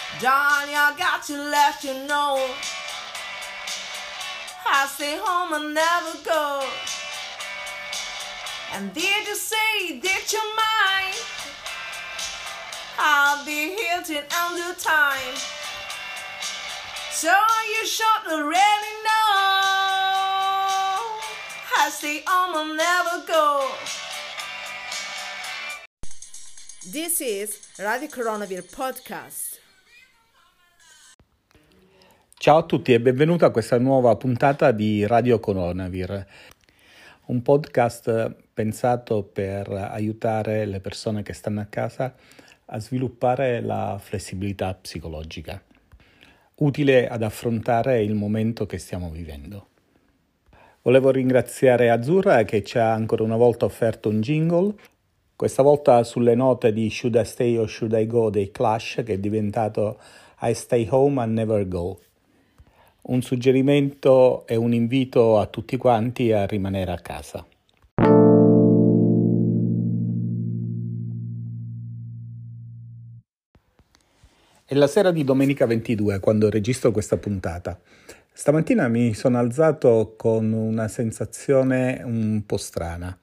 Darling, I got to let you know I stay home and never go. And did you say that you're mine? I'll be here till end of time. So you should already know I stay home and never go. This is Radio Coronavirus Podcast. Ciao a tutti e benvenuti a questa nuova puntata di Radio Coronavirus, un podcast pensato per aiutare le persone che stanno a casa a sviluppare la flessibilità psicologica, utile ad affrontare il momento che stiamo vivendo. Volevo ringraziare Azzurra che ci ha ancora una volta offerto un jingle, questa volta sulle note di Should I Stay or Should I Go dei Clash, che è diventato I Stay Home and Never Go. Un suggerimento e un invito a tutti quanti a rimanere a casa. È la sera di domenica 22 quando registro questa puntata. Stamattina mi sono alzato con una sensazione un po' strana.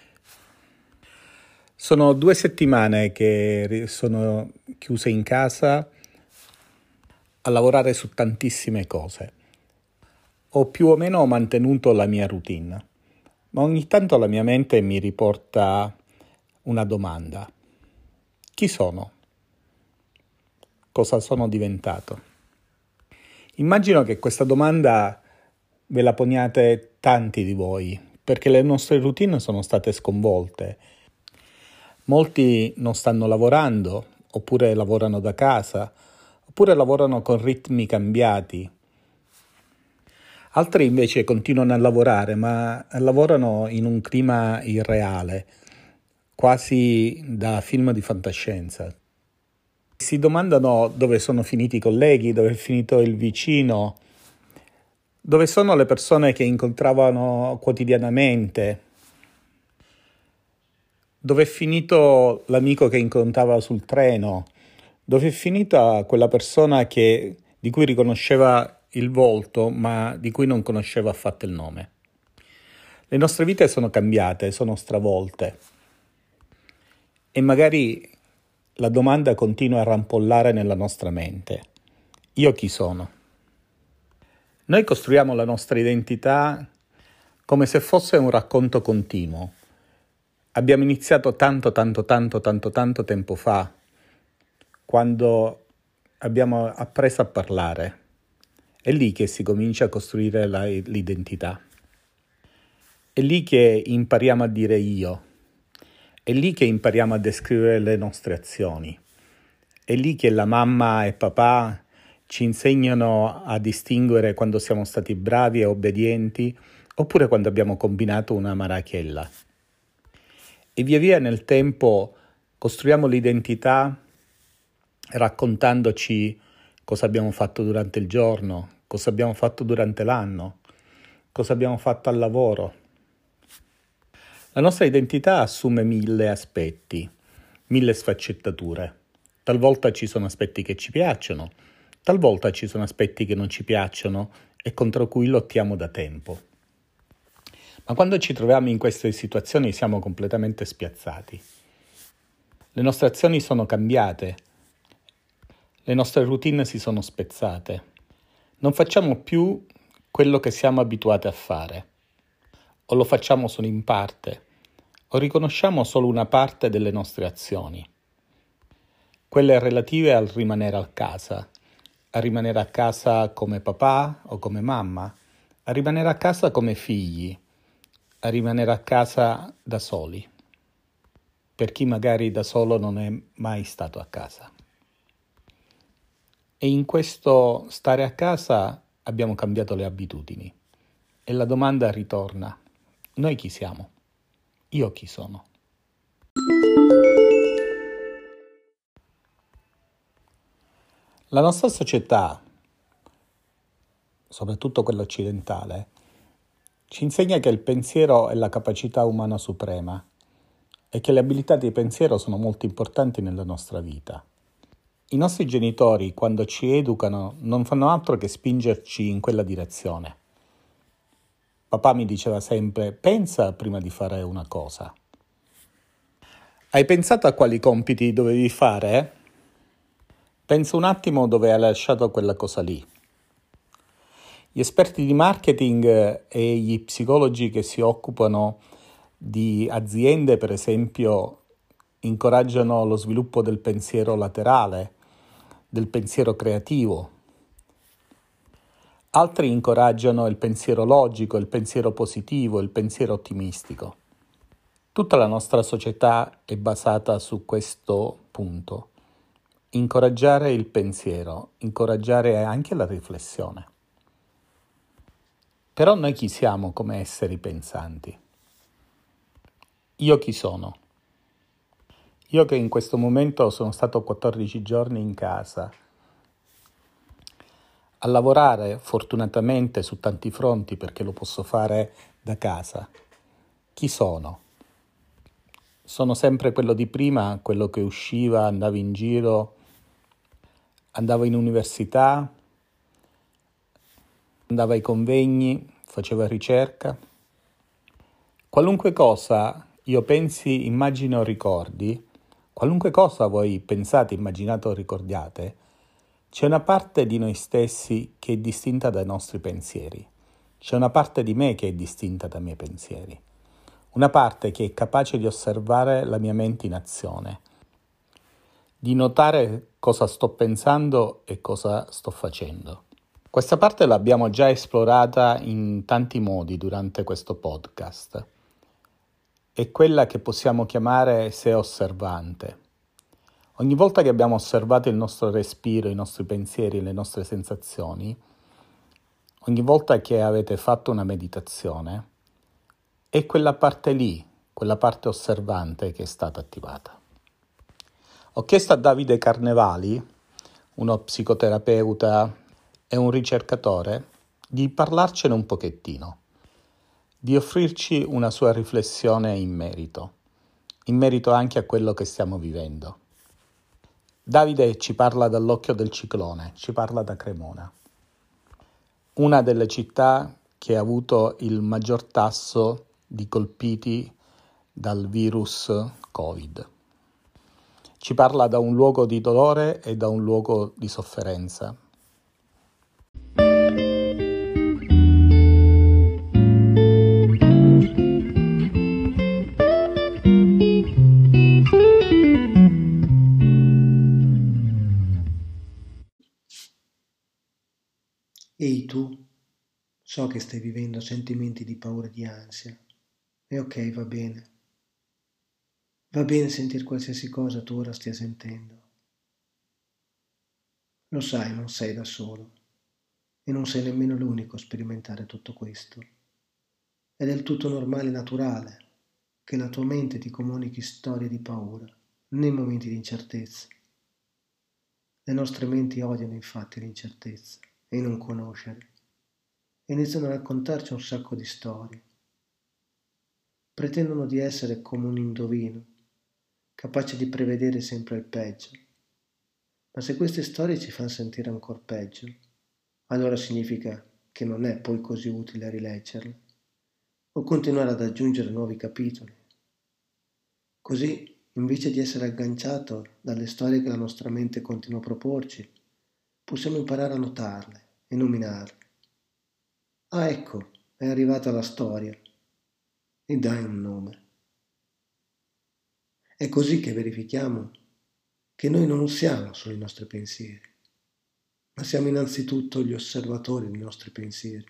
Sono 2 settimane che sono chiuse in casa a lavorare su tantissime cose. Ho più o meno mantenuto la mia routine, ma ogni tanto la mia mente mi riporta una domanda. Chi sono? Cosa sono diventato? Immagino che questa domanda ve la poniate tanti di voi, perché le nostre routine sono state sconvolte. Molti non stanno lavorando, oppure lavorano da casa, oppure lavorano con ritmi cambiati. Altri invece continuano a lavorare, ma lavorano in un clima irreale, quasi da film di fantascienza. Si domandano dove sono finiti i colleghi, dove è finito il vicino, dove sono le persone che incontravano quotidianamente, dove è finito l'amico che incontrava sul treno, dove è finita quella persona di cui riconosceva il volto, ma di cui non conosceva affatto il nome. Le nostre vite sono cambiate, sono stravolte. E magari la domanda continua a rampollare nella nostra mente. Io chi sono? Noi costruiamo la nostra identità come se fosse un racconto continuo. Abbiamo iniziato tanto tempo fa, quando abbiamo appreso a parlare. È lì che si comincia a costruire l'identità. È lì che impariamo a dire io. È lì che impariamo a descrivere le nostre azioni. È lì che la mamma e papà ci insegnano a distinguere quando siamo stati bravi e obbedienti oppure quando abbiamo combinato una marachella. E via via nel tempo costruiamo l'identità raccontandoci cosa abbiamo fatto durante il giorno, cosa abbiamo fatto durante l'anno, cosa abbiamo fatto al lavoro. La nostra identità assume 1000 aspetti, 1000 sfaccettature. Talvolta ci sono aspetti che ci piacciono, talvolta ci sono aspetti che non ci piacciono e contro cui lottiamo da tempo. Ma quando ci troviamo in queste situazioni siamo completamente spiazzati. Le nostre azioni sono cambiate, le nostre routine si sono spezzate. Non facciamo più quello che siamo abituati a fare. O lo facciamo solo in parte, o riconosciamo solo una parte delle nostre azioni. Quelle relative al rimanere a casa come papà o come mamma, a rimanere a casa come figli, a rimanere a casa da soli, per chi magari da solo non è mai stato a casa. E in questo stare a casa abbiamo cambiato le abitudini. E la domanda ritorna: noi chi siamo? Io chi sono? La nostra società, soprattutto quella occidentale, ci insegna che il pensiero è la capacità umana suprema e che le abilità di pensiero sono molto importanti nella nostra vita. I nostri genitori, quando ci educano, non fanno altro che spingerci in quella direzione. Papà mi diceva sempre: pensa prima di fare una cosa. Hai pensato a quali compiti dovevi fare? Pensa un attimo dove hai lasciato quella cosa lì. Gli esperti di marketing e gli psicologi che si occupano di aziende, per esempio, incoraggiano lo sviluppo del pensiero laterale, del pensiero creativo. Altri incoraggiano il pensiero logico, il pensiero positivo, il pensiero ottimistico. Tutta la nostra società è basata su questo punto. Incoraggiare il pensiero, incoraggiare anche la riflessione. Però noi chi siamo come esseri pensanti? Io chi sono? Io che in questo momento sono stato 14 giorni in casa a lavorare fortunatamente su tanti fronti perché lo posso fare da casa. Chi sono? Sono sempre quello di prima, quello che usciva, andava in giro, andava in università, andava ai convegni, faceva ricerca. Qualunque cosa io pensi, immagino, ricordi, qualunque cosa voi pensate, immaginate o ricordiate, c'è una parte di noi stessi che è distinta dai nostri pensieri. C'è una parte di me che è distinta dai miei pensieri. Una parte che è capace di osservare la mia mente in azione, di notare cosa sto pensando e cosa sto facendo. Questa parte l'abbiamo già esplorata in tanti modi durante questo podcast. È quella che possiamo chiamare sé osservante. Ogni volta che abbiamo osservato il nostro respiro, i nostri pensieri, le nostre sensazioni, ogni volta che avete fatto una meditazione, è quella parte lì, quella parte osservante che è stata attivata. Ho chiesto a Davide Carnevali, uno psicoterapeuta e un ricercatore, di parlarcene un pochettino, di offrirci una sua riflessione in merito anche a quello che stiamo vivendo. Davide ci parla dall'occhio del ciclone, ci parla da Cremona, una delle città che ha avuto il maggior tasso di colpiti dal virus Covid. Ci parla da un luogo di dolore e da un luogo di sofferenza. Ehi tu, so che stai vivendo sentimenti di paura e di ansia. E ok, va bene. Va bene sentire qualsiasi cosa tu ora stia sentendo. Lo sai, non sei da solo. E non sei nemmeno l'unico a sperimentare tutto questo. È del tutto normale e naturale che la tua mente ti comunichi storie di paura nei momenti di incertezza. Le nostre menti odiano infatti l'incertezza e non conoscere. E iniziano a raccontarci un sacco di storie. Pretendono di essere come un indovino, capace di prevedere sempre il peggio. Ma se queste storie ci fanno sentire ancora peggio, allora significa che non è poi così utile rileggerle o continuare ad aggiungere nuovi capitoli. Così, invece di essere agganciato dalle storie che la nostra mente continua a proporci, possiamo imparare a notarle e nominarle. Ah, ecco, è arrivata la storia. E dai un nome. È così che verifichiamo che noi non siamo solo i nostri pensieri, ma siamo innanzitutto gli osservatori dei nostri pensieri.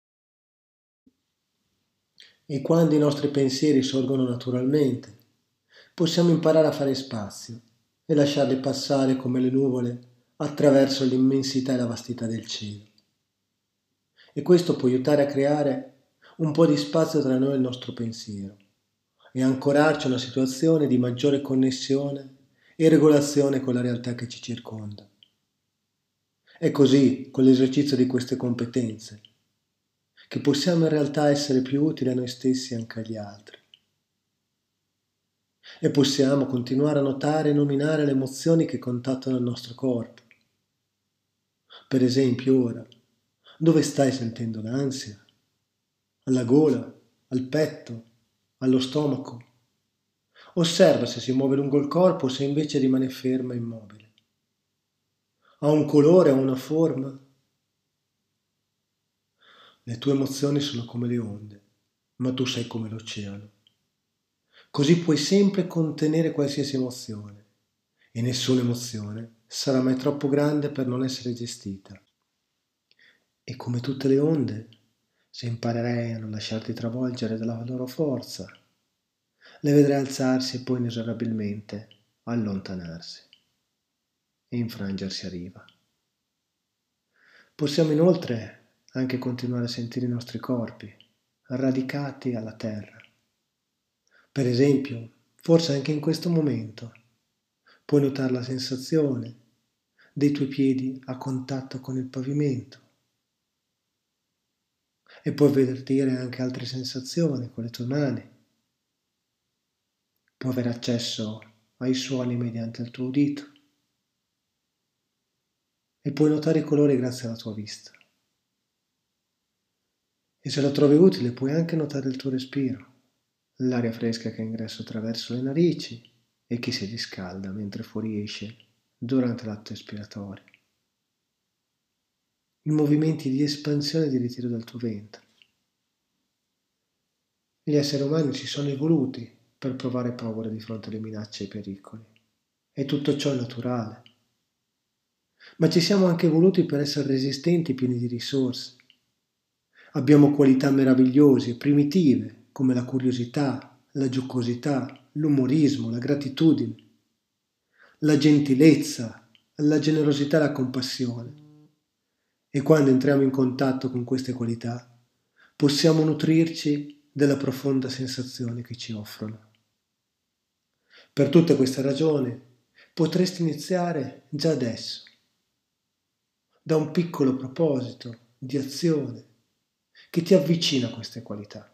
E quando i nostri pensieri sorgono naturalmente, possiamo imparare a fare spazio e lasciarli passare come le nuvole attraverso l'immensità e la vastità del cielo. E questo può aiutare a creare un po' di spazio tra noi e il nostro pensiero e ancorarci a una situazione di maggiore connessione e regolazione con la realtà che ci circonda. È così, con l'esercizio di queste competenze, che possiamo in realtà essere più utili a noi stessi e anche agli altri. e possiamo continuare a notare e nominare le emozioni che contattano il nostro corpo. Per esempio ora, dove stai sentendo l'ansia? Alla gola, al petto, allo stomaco? Osserva se si muove lungo il corpo o se invece rimane ferma e immobile. Ha un colore, ha una forma? Le tue emozioni sono come le onde, ma tu sei come l'oceano. Così puoi sempre contenere qualsiasi emozione e nessuna emozione sarà mai troppo grande per non essere gestita. E come tutte le onde, se imparerai a non lasciarti travolgere dalla loro forza, le vedrai alzarsi e poi inesorabilmente allontanarsi e infrangersi a riva. Possiamo inoltre anche continuare a sentire i nostri corpi radicati alla terra. Per esempio, forse anche in questo momento puoi notare la sensazione dei tuoi piedi a contatto con il pavimento e puoi avvertire anche altre sensazioni con le tue mani. Puoi avere accesso ai suoni mediante il tuo udito e puoi notare i colori grazie alla tua vista. E se lo trovi utile puoi anche notare il tuo respiro, l'aria fresca che ingressa attraverso le narici e che si riscalda mentre fuoriesce durante l'atto espiratorio. I movimenti di espansione e di ritiro del tuo ventre. Gli esseri umani si sono evoluti per provare paura di fronte alle minacce e ai pericoli. E tutto ciò è naturale. Ma ci siamo anche evoluti per essere resistenti e pieni di risorse. Abbiamo qualità meravigliose e primitive, come la curiosità, la giocosità, l'umorismo, la gratitudine, la gentilezza, la generosità e la compassione. E quando entriamo in contatto con queste qualità, possiamo nutrirci della profonda sensazione che ci offrono. Per tutte queste ragioni, potresti iniziare già adesso, da un piccolo proposito di azione che ti avvicina a queste qualità.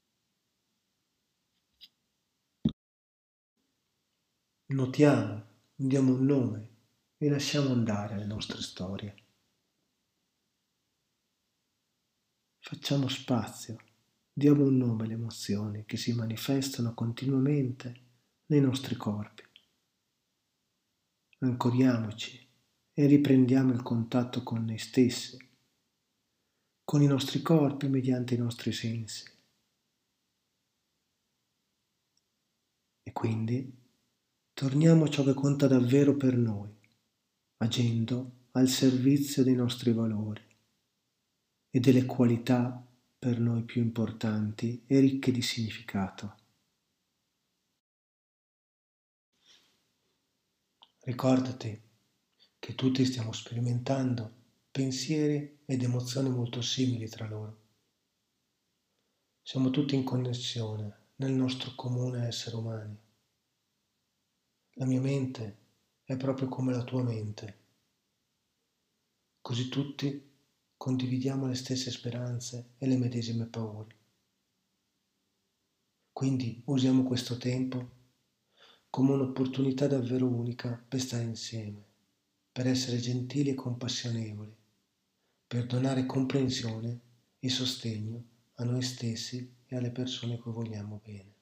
Notiamo, diamo un nome e lasciamo andare le nostre storie. Facciamo spazio, diamo un nome alle emozioni che si manifestano continuamente nei nostri corpi. Ancoriamoci e riprendiamo il contatto con noi stessi, con i nostri corpi mediante i nostri sensi. E quindi torniamo a ciò che conta davvero per noi, agendo al servizio dei nostri valori e delle qualità per noi più importanti e ricche di significato. Ricordati che tutti stiamo sperimentando pensieri ed emozioni molto simili tra loro. Siamo tutti in connessione nel nostro comune essere umani. La mia mente è proprio come la tua mente. Così tutti condividiamo le stesse speranze e le medesime paure. Quindi usiamo questo tempo come un'opportunità davvero unica per stare insieme, per essere gentili e compassionevoli, per donare comprensione e sostegno a noi stessi e alle persone a cui vogliamo bene.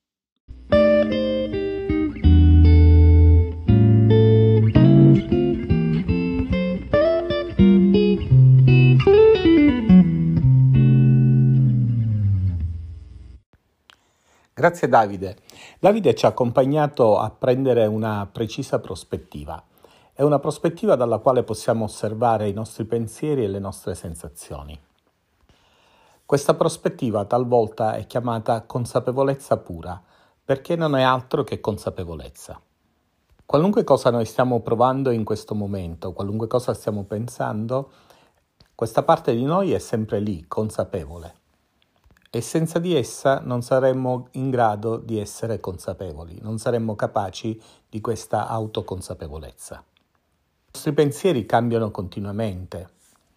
Grazie Davide. Davide ci ha accompagnato a prendere una precisa prospettiva. È una prospettiva dalla quale possiamo osservare i nostri pensieri e le nostre sensazioni. Questa prospettiva talvolta è chiamata consapevolezza pura, perché non è altro che consapevolezza. Qualunque cosa noi stiamo provando in questo momento, qualunque cosa stiamo pensando, questa parte di noi è sempre lì, consapevole. E senza di essa non saremmo in grado di essere consapevoli, non saremmo capaci di questa autoconsapevolezza. I nostri pensieri cambiano continuamente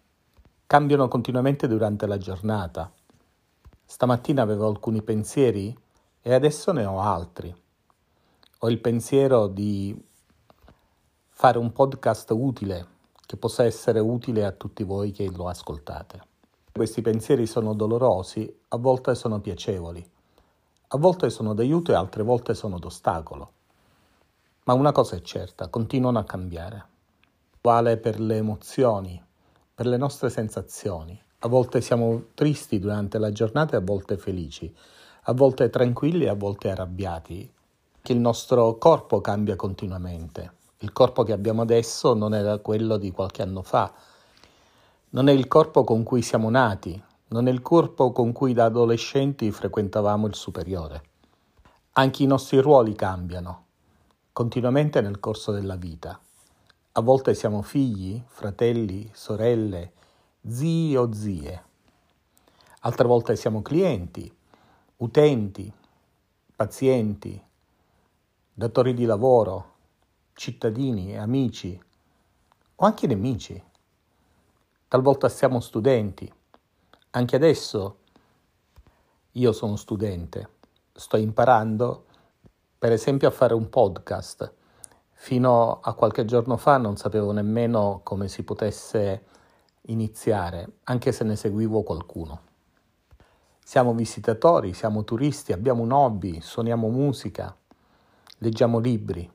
durante la giornata. Stamattina avevo alcuni pensieri e adesso ne ho altri. Ho il pensiero di fare un podcast utile, che possa essere utile a tutti voi che lo ascoltate. Questi pensieri sono dolorosi, a volte sono piacevoli, a volte sono d'aiuto e altre volte sono d'ostacolo. Ma una cosa è certa, continuano a cambiare. Vale per le emozioni, per le nostre sensazioni. A volte siamo tristi durante la giornata e a volte felici, a volte tranquilli e a volte arrabbiati. Che il nostro corpo cambia continuamente. Il corpo che abbiamo adesso non era quello di qualche anno fa. Non è il corpo con cui siamo nati, non è il corpo con cui da adolescenti frequentavamo il superiore. Anche i nostri ruoli cambiano, continuamente nel corso della vita. A volte siamo figli, fratelli, sorelle, zii o zie. Altre volte siamo clienti, utenti, pazienti, datori di lavoro, cittadini, amici o anche nemici. Talvolta siamo studenti. Anche adesso io sono studente. Sto imparando, per esempio, a fare un podcast. Fino a qualche giorno fa non sapevo nemmeno come si potesse iniziare, anche se ne seguivo qualcuno. Siamo visitatori, siamo turisti, abbiamo un hobby, suoniamo musica, leggiamo libri.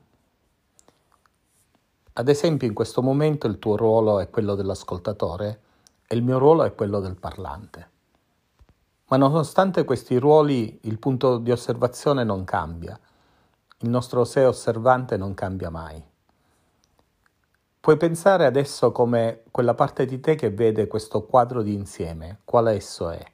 Ad esempio, in questo momento il tuo ruolo è quello dell'ascoltatore e il mio ruolo è quello del parlante. Ma nonostante questi ruoli, il punto di osservazione non cambia. Il nostro sé osservante non cambia mai. Puoi pensare adesso come quella parte di te che vede questo quadro di insieme, quale esso è.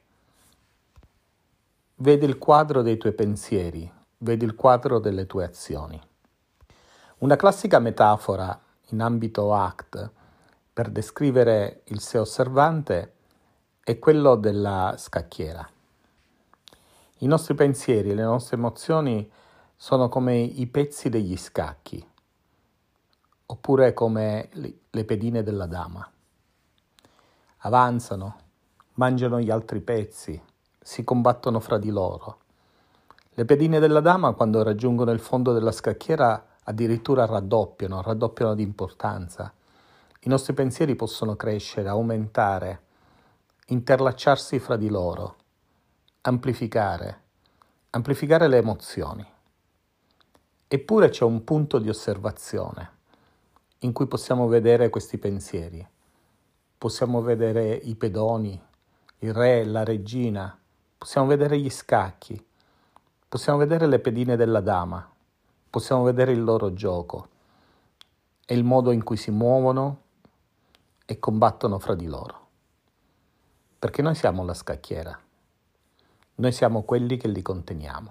Vedi il quadro dei tuoi pensieri, vedi il quadro delle tue azioni. Una classica metafora in ambito ACT per descrivere il sé osservante è quello della scacchiera. I nostri pensieri e le nostre emozioni sono come i pezzi degli scacchi, oppure come le pedine della dama. Avanzano, mangiano gli altri pezzi, si combattono fra di loro. Le pedine della dama, quando raggiungono il fondo della scacchiera, addirittura raddoppiano di importanza. I nostri pensieri possono crescere, aumentare, interlacciarsi fra di loro, amplificare le emozioni. Eppure c'è un punto di osservazione in cui possiamo vedere questi pensieri. Possiamo vedere i pedoni, il re, la regina, possiamo vedere gli scacchi, possiamo vedere le pedine della dama, possiamo vedere il loro gioco e il modo in cui si muovono e combattono fra di loro. Perché noi siamo la scacchiera, noi siamo quelli che li conteniamo.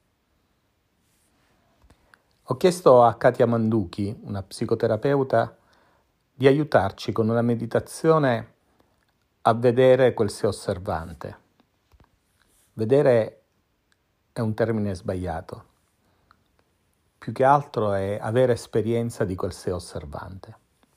Ho chiesto a Katia Manduchi, una psicoterapeuta, di aiutarci con una meditazione a vedere quel sé osservante. Vedere è un termine sbagliato. Più che altro è avere esperienza di quel sé osservante.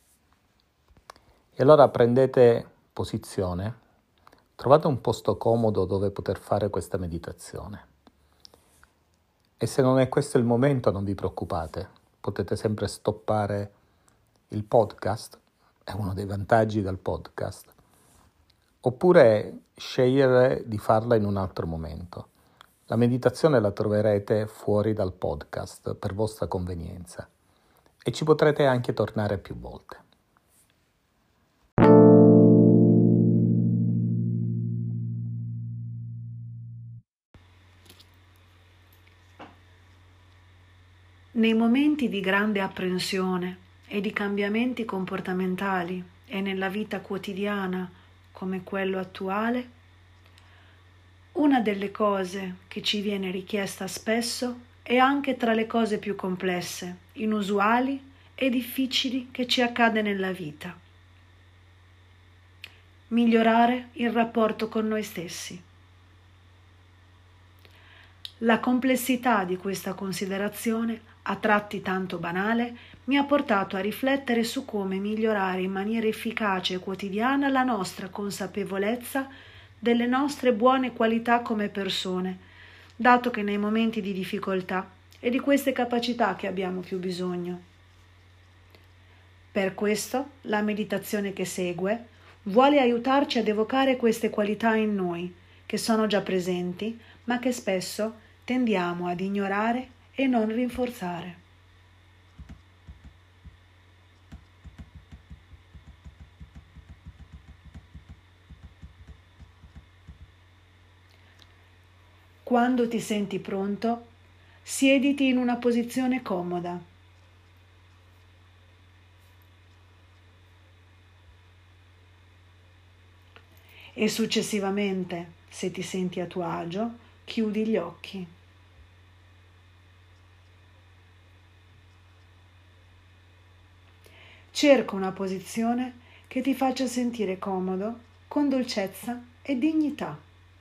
E allora prendete posizione, trovate un posto comodo dove poter fare questa meditazione. E se non è questo il momento, non vi preoccupate, potete sempre stoppare il podcast, è uno dei vantaggi del podcast, oppure scegliere di farla in un altro momento. La meditazione la troverete fuori dal podcast per vostra convenienza e ci potrete anche tornare più volte. Nei momenti di grande apprensione e di cambiamenti comportamentali e nella vita quotidiana come quello attuale, una delle cose che ci viene richiesta spesso è anche tra le cose più complesse, inusuali e difficili che ci accade nella vita. Migliorare il rapporto con noi stessi. La complessità di questa considerazione, a tratti tanto banale, mi ha portato a riflettere su come migliorare in maniera efficace e quotidiana la nostra consapevolezza delle nostre buone qualità come persone, dato che nei momenti di difficoltà è di queste capacità che abbiamo più bisogno. Per questo, la meditazione che segue vuole aiutarci ad evocare queste qualità in noi, che sono già presenti, ma che spesso tendiamo ad ignorare e non rinforzare. Quando ti senti pronto, siediti in una posizione comoda. E successivamente, se ti senti a tuo agio, chiudi gli occhi. Cerca una posizione che ti faccia sentire comodo, con dolcezza e dignità.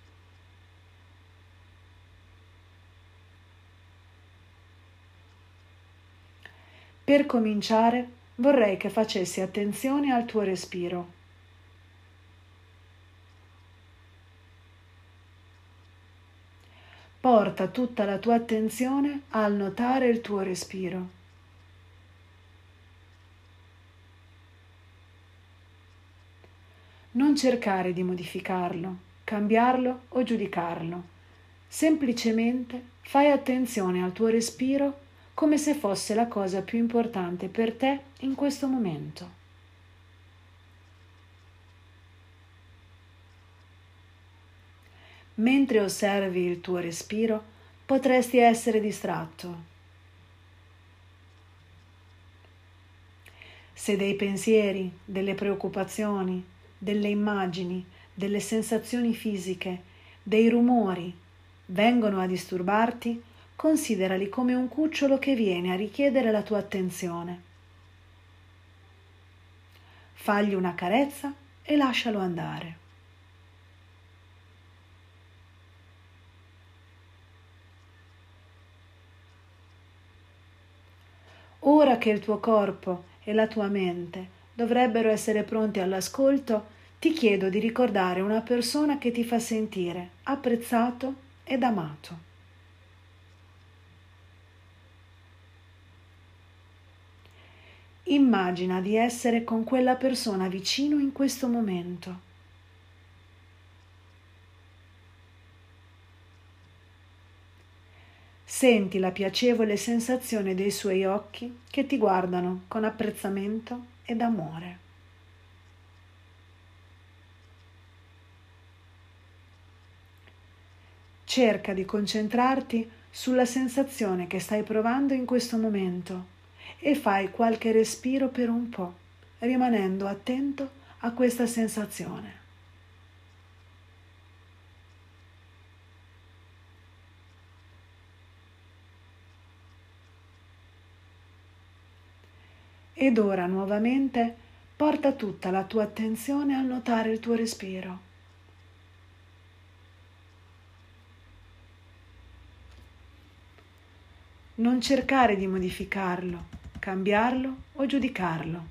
Per cominciare, vorrei che facessi attenzione al tuo respiro. Porta tutta la tua attenzione al notare il tuo respiro. Non cercare di modificarlo, cambiarlo o giudicarlo. Semplicemente fai attenzione al tuo respiro come se fosse la cosa più importante per te in questo momento. Mentre osservi il tuo respiro, potresti essere distratto. Se dei pensieri, delle preoccupazioni, delle immagini, delle sensazioni fisiche, dei rumori vengono a disturbarti, considerali come un cucciolo che viene a richiedere la tua attenzione. Fagli una carezza e lascialo andare. Ora che il tuo corpo e la tua mente dovrebbero essere pronti all'ascolto, ti chiedo di ricordare una persona che ti fa sentire apprezzato ed amato. Immagina di essere con quella persona vicino in questo momento. Senti la piacevole sensazione dei suoi occhi che ti guardano con apprezzamento ed amore. Cerca di concentrarti sulla sensazione che stai provando in questo momento e fai qualche respiro per un po', rimanendo attento a questa sensazione. Ed ora nuovamente porta tutta la tua attenzione a notare il tuo respiro. Non cercare di modificarlo, cambiarlo o giudicarlo.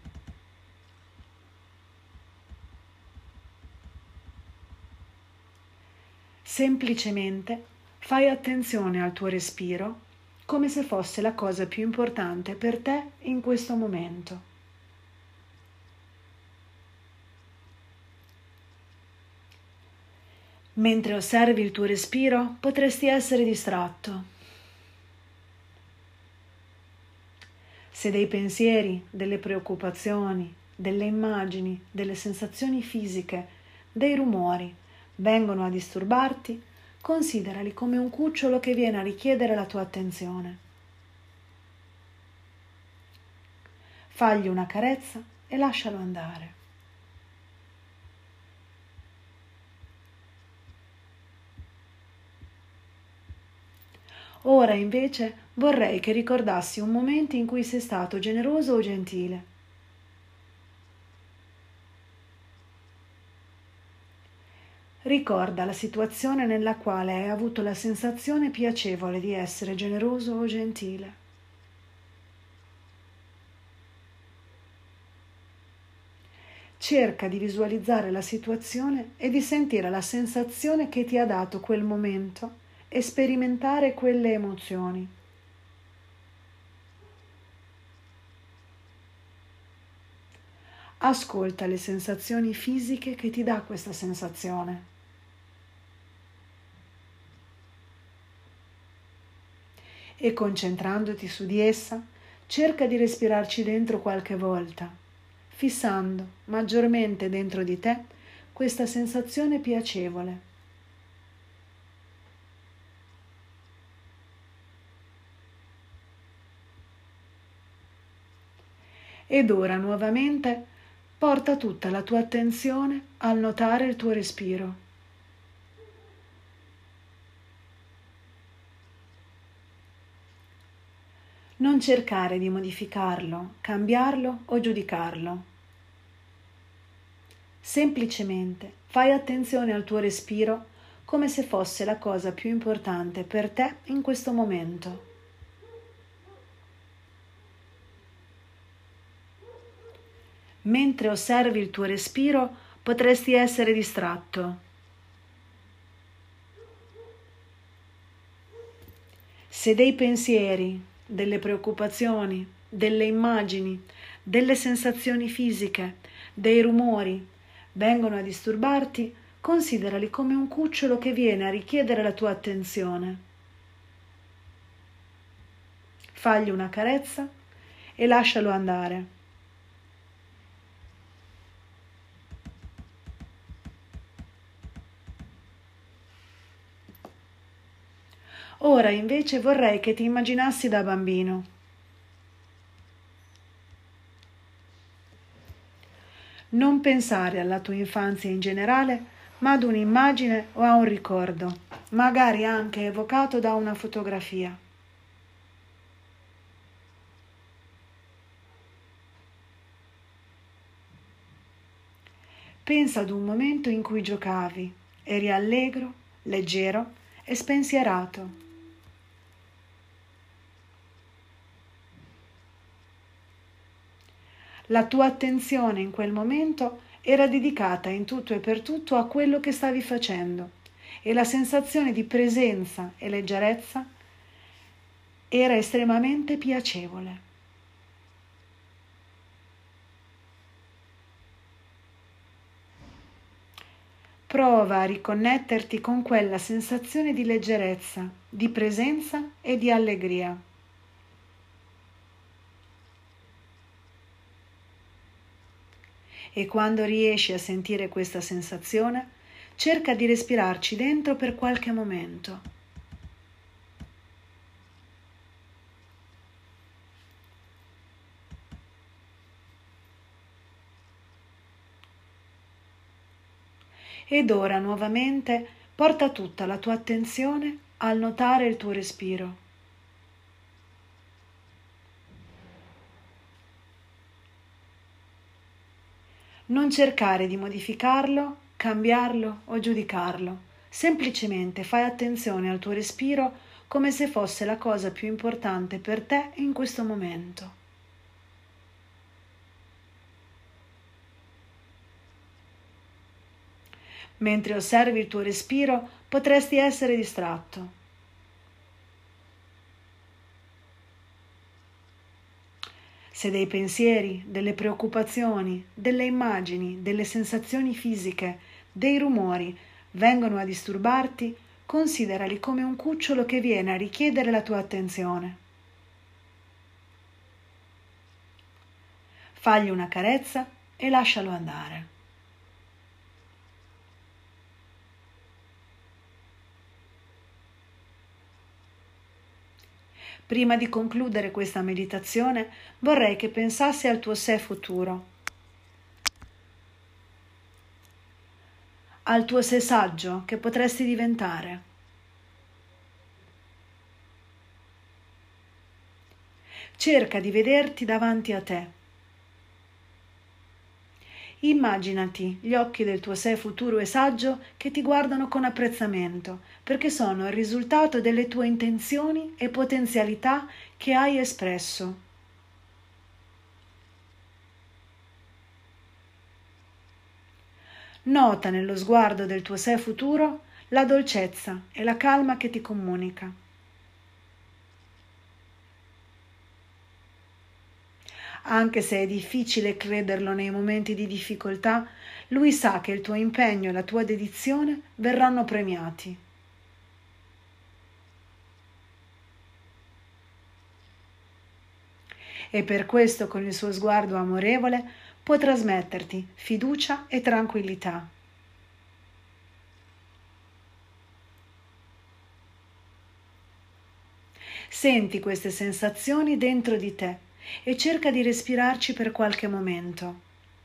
Semplicemente fai attenzione al tuo respiro come se fosse la cosa più importante per te in questo momento. Mentre osservi il tuo respiro, potresti essere distratto. Se dei pensieri, delle preoccupazioni, delle immagini, delle sensazioni fisiche, dei rumori vengono a disturbarti, considerali come un cucciolo che viene a richiedere la tua attenzione. Fagli una carezza e lascialo andare. Ora invece vorrei che ricordassi un momento in cui sei stato generoso o gentile. Ricorda la situazione nella quale hai avuto la sensazione piacevole di essere generoso o gentile. Cerca di visualizzare la situazione e di sentire la sensazione che ti ha dato quel momento e sperimentare quelle emozioni. Ascolta le sensazioni fisiche che ti dà questa sensazione. E concentrandoti su di essa, cerca di respirarci dentro qualche volta, fissando maggiormente dentro di te questa sensazione piacevole. Ed ora nuovamente porta tutta la tua attenzione al notare il tuo respiro. Non cercare di modificarlo, cambiarlo o giudicarlo. Semplicemente fai attenzione al tuo respiro come se fosse la cosa più importante per te in questo momento. Mentre osservi il tuo respiro, potresti essere distratto. Se dei pensieri, delle preoccupazioni, delle immagini, delle sensazioni fisiche, dei rumori vengono a disturbarti, considerali come un cucciolo che viene a richiedere la tua attenzione. Fagli una carezza e lascialo andare. Ora invece vorrei che ti immaginassi da bambino. Non pensare alla tua infanzia in generale, ma ad un'immagine o a un ricordo, magari anche evocato da una fotografia. Pensa ad un momento in cui giocavi, eri allegro, leggero e spensierato. La tua attenzione in quel momento era dedicata in tutto e per tutto a quello che stavi facendo e la sensazione di presenza e leggerezza era estremamente piacevole. Prova a riconnetterti con quella sensazione di leggerezza, di presenza e di allegria. E quando riesci a sentire questa sensazione, cerca di respirarci dentro per qualche momento. Ed ora nuovamente porta tutta la tua attenzione al notare il tuo respiro. Non cercare di modificarlo, cambiarlo o giudicarlo, semplicemente fai attenzione al tuo respiro come se fosse la cosa più importante per te in questo momento. Mentre osservi il tuo respiro, potresti essere distratto. Se dei pensieri, delle preoccupazioni, delle immagini, delle sensazioni fisiche, dei rumori vengono a disturbarti, considerali come un cucciolo che viene a richiedere la tua attenzione. Fagli una carezza e lascialo andare. Prima di concludere questa meditazione, vorrei che pensassi al tuo sé futuro, al tuo sé saggio che potresti diventare. Cerca di vederti davanti a te. Immaginati gli occhi del tuo sé futuro e saggio che ti guardano con apprezzamento, perché sono il risultato delle tue intenzioni e potenzialità che hai espresso. Nota nello sguardo del tuo sé futuro la dolcezza e la calma che ti comunica. Anche se è difficile crederlo nei momenti di difficoltà, lui sa che il tuo impegno e la tua dedizione verranno premiati. E per questo con il suo sguardo amorevole può trasmetterti fiducia e tranquillità. Senti queste sensazioni dentro di te e cerca di respirarci per qualche momento.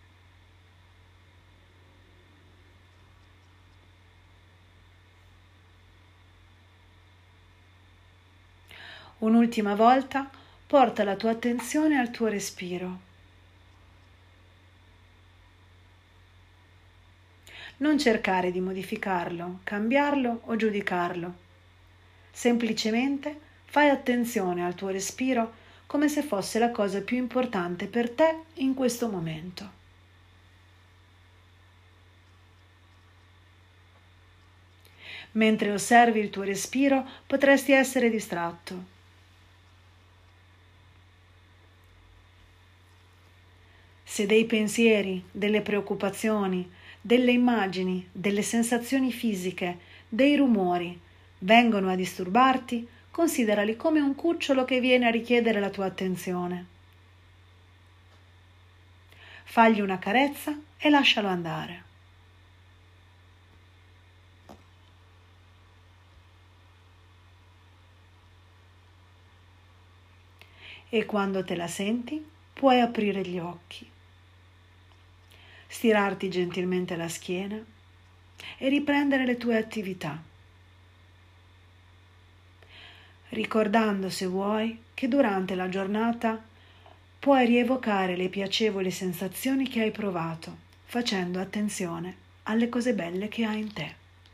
Un'ultima volta porta la tua attenzione al tuo respiro. Non cercare di modificarlo, cambiarlo o giudicarlo. Semplicemente fai attenzione al tuo respiro come se fosse la cosa più importante per te in questo momento. Mentre osservi il tuo respiro, potresti essere distratto. Se dei pensieri, delle preoccupazioni, delle immagini, delle sensazioni fisiche, dei rumori vengono a disturbarti, considerali come un cucciolo che viene a richiedere la tua attenzione. Fagli una carezza e lascialo andare. E quando te la senti, puoi aprire gli occhi, stirarti gentilmente la schiena e riprendere le tue attività, ricordando, se vuoi, che durante la giornata puoi rievocare le piacevoli sensazioni che hai provato, facendo attenzione alle cose belle che hai in te.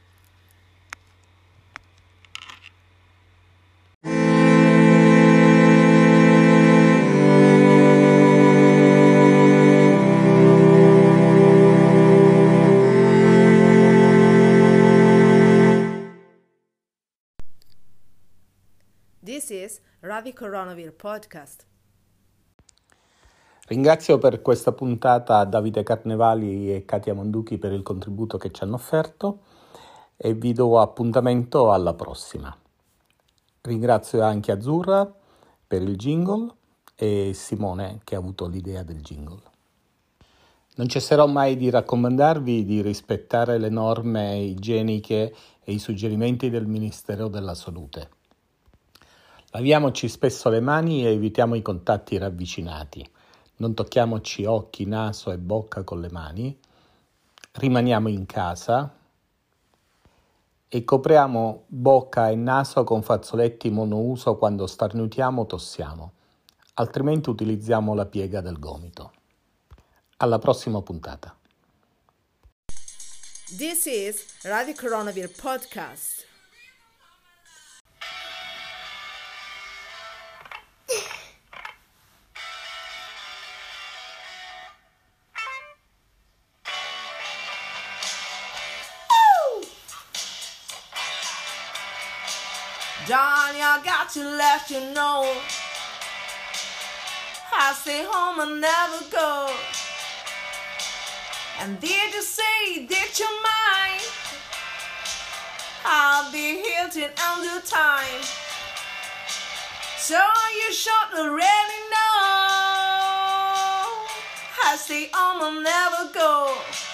This is Ravi Coronavir Podcast. Ringrazio per questa puntata Davide Carnevali e Katia Monduchi per il contributo che ci hanno offerto e vi do appuntamento alla prossima. Ringrazio anche Azzurra per il jingle e Simone che ha avuto l'idea del jingle. Non cesserò mai di raccomandarvi di rispettare le norme igieniche e i suggerimenti del Ministero della Salute. Laviamoci spesso le mani e evitiamo i contatti ravvicinati. Non tocchiamoci occhi, naso e bocca con le mani. Rimaniamo in casa e copriamo bocca e naso con fazzoletti monouso quando starnutiamo o tossiamo. Altrimenti utilizziamo la piega del gomito. Alla prossima puntata. This is Ravi Coronavir Podcast. Darling, I got to let you know I stay home and never go. And did you say that you're mine? I'll be here till end of time. So you should already know I stay home and never go.